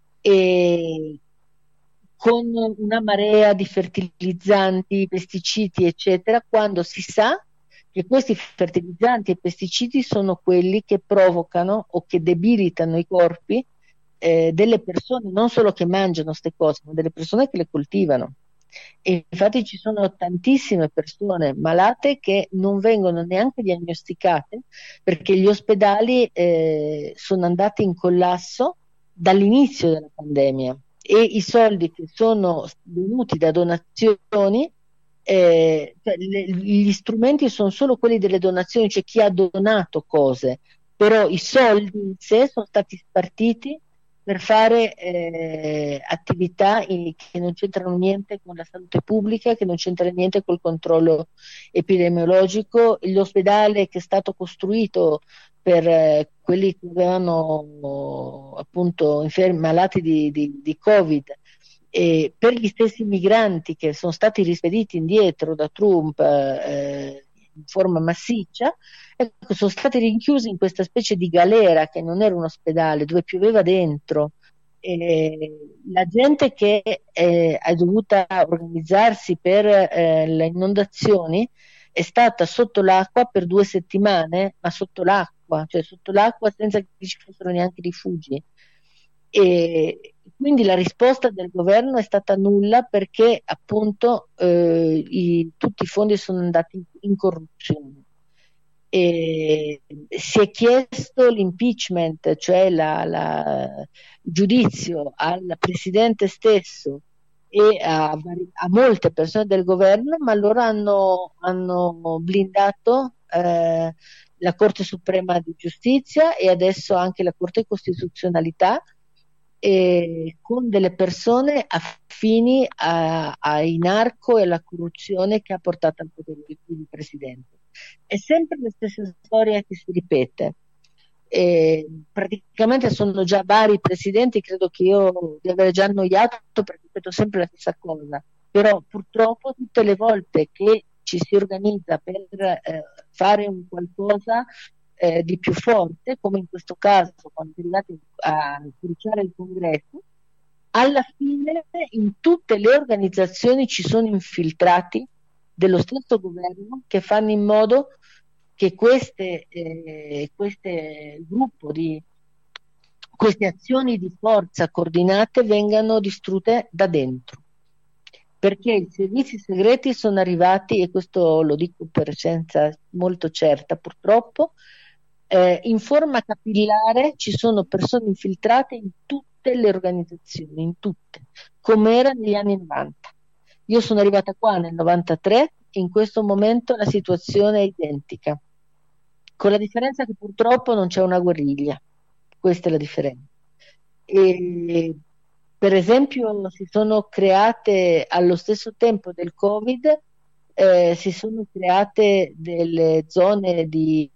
S4: e con una marea di fertilizzanti, pesticidi, eccetera, quando si sa che questi fertilizzanti e pesticidi sono quelli che provocano o che debilitano i corpi eh, delle persone, non solo che mangiano queste cose, ma delle persone che le coltivano. E infatti ci sono tantissime persone malate che non vengono neanche diagnosticate, perché gli ospedali eh, sono andati in collasso dall'inizio della pandemia, e i soldi che sono venuti da donazioni, eh, cioè le, gli strumenti sono solo quelli delle donazioni, cioè chi ha donato cose, però i soldi in sé sono stati spartiti per fare eh, attività in, che non c'entrano niente con la salute pubblica, che non c'entra niente col controllo epidemiologico. L'ospedale che è stato costruito per eh, quelli che avevano appunto infermi, malati di, di, di Covid, e per gli stessi migranti che sono stati rispediti indietro da Trump eh, in forma massiccia, ecco, sono stati rinchiusi in questa specie di galera che non era un ospedale, dove pioveva dentro. E la gente che eh, è dovuta organizzarsi per eh, le inondazioni è stata sotto l'acqua per due settimane, ma sotto l'acqua, cioè sotto l'acqua senza che ci fossero neanche rifugi. E quindi la risposta del governo è stata nulla, perché appunto eh, i, tutti i fondi sono andati in, in corruzione. E si è chiesto l'impeachment, cioè la, la, il giudizio al presidente stesso e a, a molte persone del governo, ma loro hanno, hanno blindato eh, la Corte Suprema di Giustizia e adesso anche la Corte di Costituzionalità, e con delle persone affini a, ai narco e alla corruzione che ha portato al potere di presidente. È sempre la stessa storia che si ripete. E praticamente sono già vari presidenti, credo che io di aver già annoiato, perché ripeto sempre la stessa cosa. però purtroppo tutte le volte che ci si organizza per eh, fare un qualcosa eh, di più forte, come in questo caso quando è arrivati a cruciare il congresso, alla fine in tutte le organizzazioni ci sono infiltrati dello stesso governo che fanno in modo che queste, eh, queste gruppo di queste azioni di forza coordinate vengano distrutte da dentro, perché i servizi segreti sono arrivati, e questo lo dico per scienza molto certa purtroppo, eh, in forma capillare ci sono persone infiltrate in tutte le organizzazioni, in tutte, come era negli anni novanta. Io sono arrivata qua nel novantatré, in questo momento la situazione è identica, con la differenza che purtroppo non c'è una guerriglia, questa è la differenza. E, per esempio, si sono create allo stesso tempo del Covid, eh, si sono create delle zone di,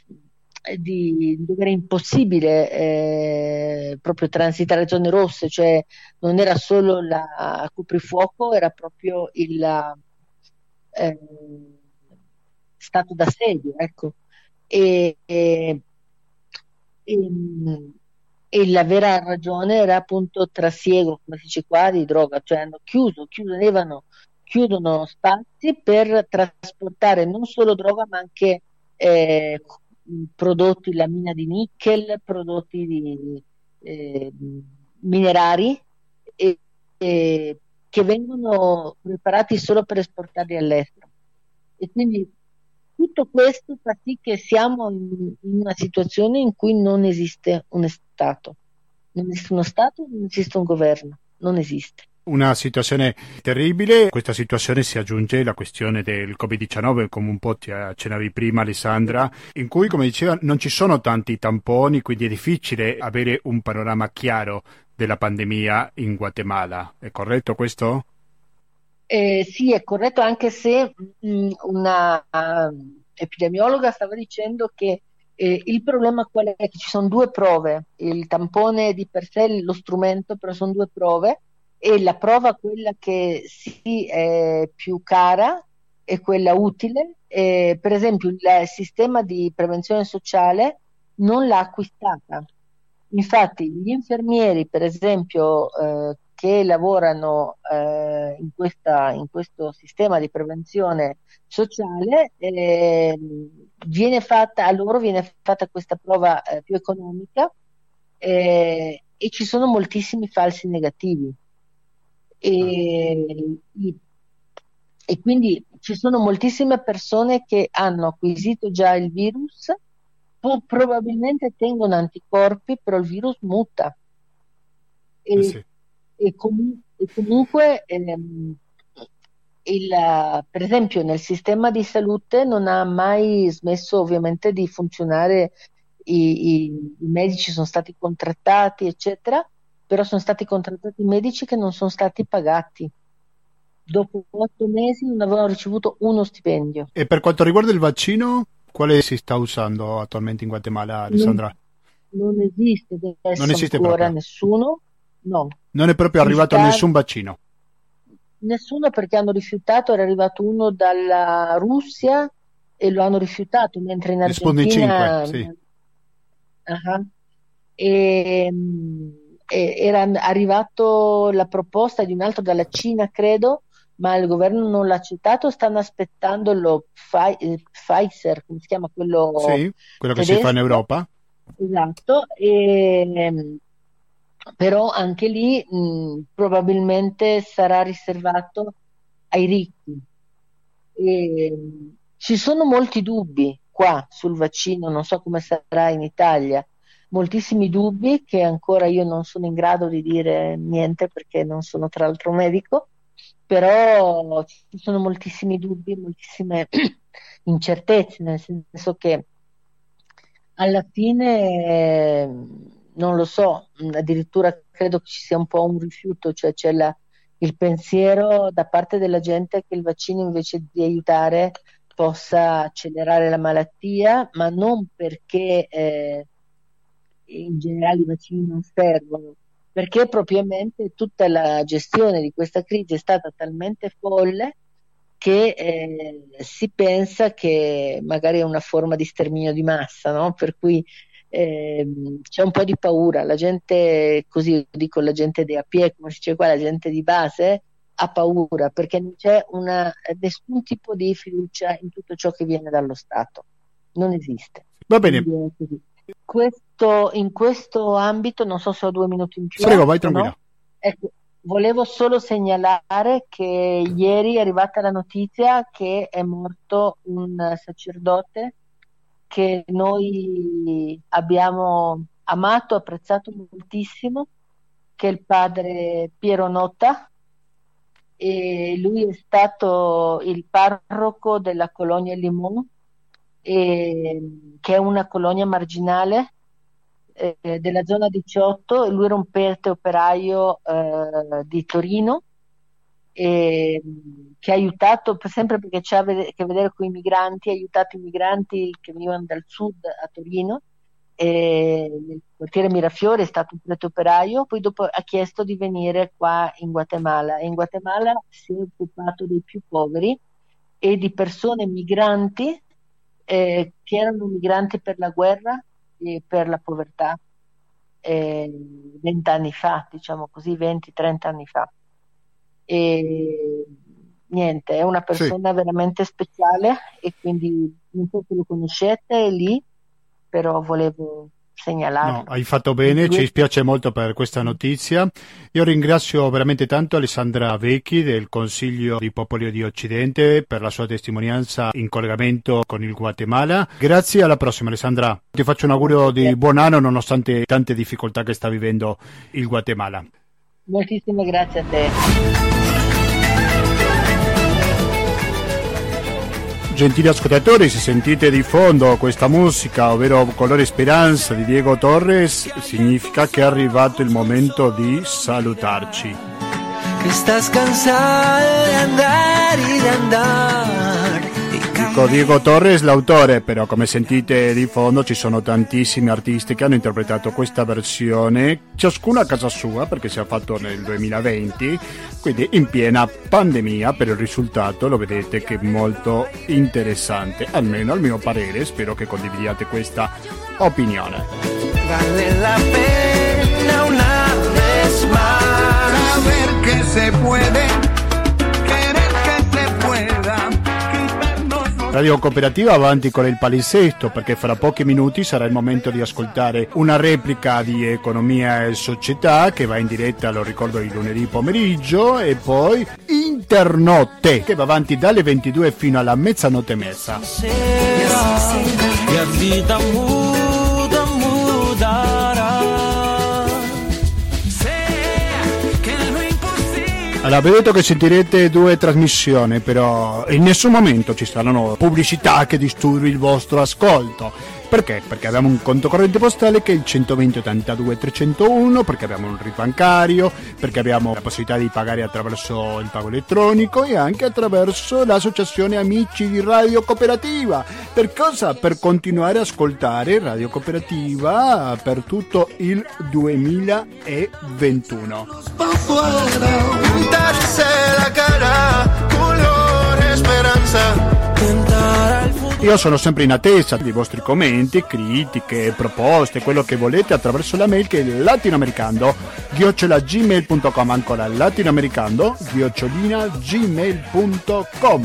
S4: di dove era impossibile eh, proprio transitare zone rosse, cioè non era solo la coprifuoco, era proprio il eh, stato d'assedio, ecco. E, e, e, e la vera ragione era appunto trasiego, come si dice qua, di droga, cioè hanno chiuso, chiudevano, chiudono spazi per trasportare non solo droga ma anche eh, prodotti, la mina di nickel, prodotti di, eh, minerari e, e, che vengono preparati solo per esportarli all'estero. E quindi tutto questo fa sì che siamo in, in una situazione in cui non esiste un Stato, non esiste uno Stato, non esiste un governo, non esiste.
S1: Una situazione terribile. Questa situazione si aggiunge la questione del covid diciannove, come un po' ti accennavi prima Alessandra, in cui, come diceva, non ci sono tanti tamponi, quindi è difficile avere un panorama chiaro della pandemia in Guatemala. È corretto questo?
S4: Eh, sì, è corretto, anche se mh, una uh, epidemiologa stava dicendo che eh, il problema qual è? Che ci sono due prove, il tampone di per sé, lo strumento, però sono due prove, e la prova, quella che sì è più cara, è quella utile. Eh, per esempio il sistema di prevenzione sociale non l'ha acquistata. Infatti gli infermieri, per esempio, eh, che lavorano eh, in, questa, in questo sistema di prevenzione sociale, eh, viene fatta, a loro viene fatta questa prova eh, più economica eh, e ci sono moltissimi falsi negativi. E, e quindi ci sono moltissime persone che hanno acquisito già il virus, probabilmente tengono anticorpi, però il virus muta. E,
S1: eh sì.
S4: e, comu- e comunque ehm, il, per esempio nel sistema di salute non ha mai smesso ovviamente di funzionare, i, i, i medici sono stati contrattati eccetera, però sono stati contrattati medici che non sono stati pagati. Dopo otto mesi non avevano ricevuto uno stipendio.
S1: E per quanto riguarda il vaccino, quale si sta usando attualmente in Guatemala, Alessandra?
S4: Non, non esiste adesso
S1: non esiste
S4: ancora
S1: proprio.
S4: Nessuno. No.
S1: Non è proprio
S4: Si
S1: arrivato
S4: sta...
S1: nessun vaccino?
S4: Nessuno, perché hanno rifiutato, era arrivato uno dalla Russia e lo hanno rifiutato, mentre in Argentina...
S1: cinque, sì.
S4: Uh-huh. E, e era arrivato la proposta di un altro dalla Cina, credo, ma il governo non l'ha accettato, stanno aspettando lo Pfizer, come si chiama quello?
S1: Sì, quello che
S4: tedesco.
S1: Si fa in Europa.
S4: Esatto, e, però anche lì mh, probabilmente sarà riservato ai ricchi. E, ci sono molti dubbi qua sul vaccino, non so come sarà in Italia, moltissimi dubbi che ancora io non sono in grado di dire niente perché non sono tra l'altro medico, però ci sono moltissimi dubbi, moltissime incertezze, nel senso che alla fine, eh, non lo so, addirittura credo che ci sia un po' un rifiuto, cioè c'è la, il pensiero da parte della gente che il vaccino invece di aiutare possa accelerare la malattia, ma non perché eh, in generale i vaccini non servono, perché propriamente tutta la gestione di questa crisi è stata talmente folle che eh, si pensa che magari è una forma di sterminio di massa, no? Per cui eh, c'è un po' di paura, la gente, così dico, la gente di a piedi, come si dice qua, la gente di base ha paura perché non c'è una, nessun tipo di fiducia in tutto ciò che viene dallo Stato, non esiste.
S1: Va bene.
S4: Questo, in questo ambito, non so se ho due minuti in più.
S1: Prego, vai tranquilla.
S4: No? Ecco, volevo solo segnalare che ieri è arrivata la notizia che è morto un sacerdote che noi abbiamo amato, apprezzato moltissimo, che è il padre Piero Notta, e lui è stato il parroco della colonia Limon, e, che è una colonia marginale eh, della zona diciotto, e lui era un prete operaio eh, di Torino, e, che ha aiutato, sempre perché c'ha a che vedere con i migranti, ha aiutato i migranti che venivano dal sud a Torino, e nel quartiere Mirafiore è stato un prete operaio, poi dopo ha chiesto di venire qua in Guatemala, e in Guatemala si è occupato dei più poveri e di persone migranti eh, che erano migranti per la guerra e per la povertà eh, vent'anni fa, diciamo così, venti trenta anni fa. E niente, è una persona sì. veramente speciale, e quindi non so se lo conoscete, è lì, però volevo segnalarlo.
S1: No, hai fatto bene, ci dispiace molto per questa notizia. Io ringrazio veramente tanto Alessandra Vecchi del Consiglio di Popoli di Occidente per la sua testimonianza in collegamento con il Guatemala. Grazie, alla prossima Alessandra. Ti faccio un augurio di buon anno nonostante tante difficoltà che sta vivendo il Guatemala.
S4: Moltissime grazie a te.
S1: Gentili ascoltatori, se sentite di fondo questa musica, ovvero Colore Speranza di Diego Torres, significa che è arrivato il momento di salutarci.
S5: Estás cansado de andar y de andar.
S1: Dico Diego Torres l'autore, però come sentite di fondo ci sono tantissimi artisti che hanno interpretato questa versione, ciascuno a casa sua, perché si è fatto nel duemilaventi, quindi in piena pandemia. Per il risultato lo vedete che è molto interessante, almeno al mio parere. Spero che condividiate questa opinione.
S5: Vale la pena una vez más saber que se puede, querer que se pueda.
S1: Radio Cooperativa avanti con il palinsesto, perché fra pochi minuti sarà il momento di ascoltare una replica di Economia e Società che va in diretta, lo ricordo, il lunedì pomeriggio, e poi Internotte che va avanti dalle ventidue fino alla mezzanotte messa. Allora, vedo che sentirete due trasmissioni, però in nessun momento ci saranno pubblicità che disturbi il vostro ascolto. Perché? Perché abbiamo un conto corrente postale che è il centoventi ottantadue trecentouno, perché abbiamo un R I F bancario, perché abbiamo la possibilità di pagare attraverso il pago elettronico e anche attraverso l'associazione Amici di Radio Cooperativa. Per cosa? Per continuare a ascoltare Radio Cooperativa per tutto il duemilaventuno. Io sono sempre in attesa dei vostri commenti, critiche, proposte, quello che volete attraverso la mail che è latinoamericando chiocciola gmail punto com, ancora latinoamericando chiocciolina gmail punto com.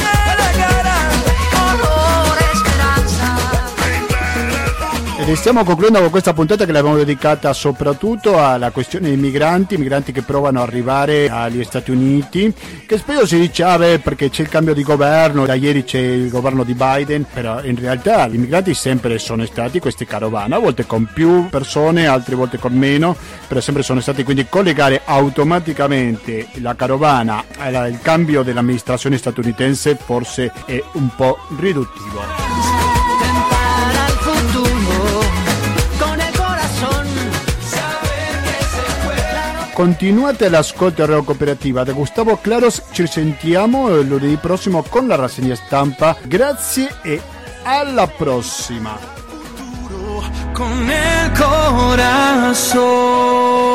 S1: E stiamo concludendo con questa puntata che l'abbiamo dedicata soprattutto alla questione dei migranti, migranti che provano ad arrivare agli Stati Uniti, che spesso si dice ah beh, perché c'è il cambio di governo, da ieri c'è il governo di Biden, però in realtà gli immigrati sempre sono stati queste carovane, a volte con più persone, altre volte con meno, però sempre sono stati, quindi collegare automaticamente la carovana al cambio dell'amministrazione statunitense forse è un po' riduttivo. Continuate l'ascolto a Radio Cooperativa. Da Gustavo Claros ci sentiamo lunedì prossimo con la rassegna stampa. Grazie e alla prossima.
S5: Con el corazón.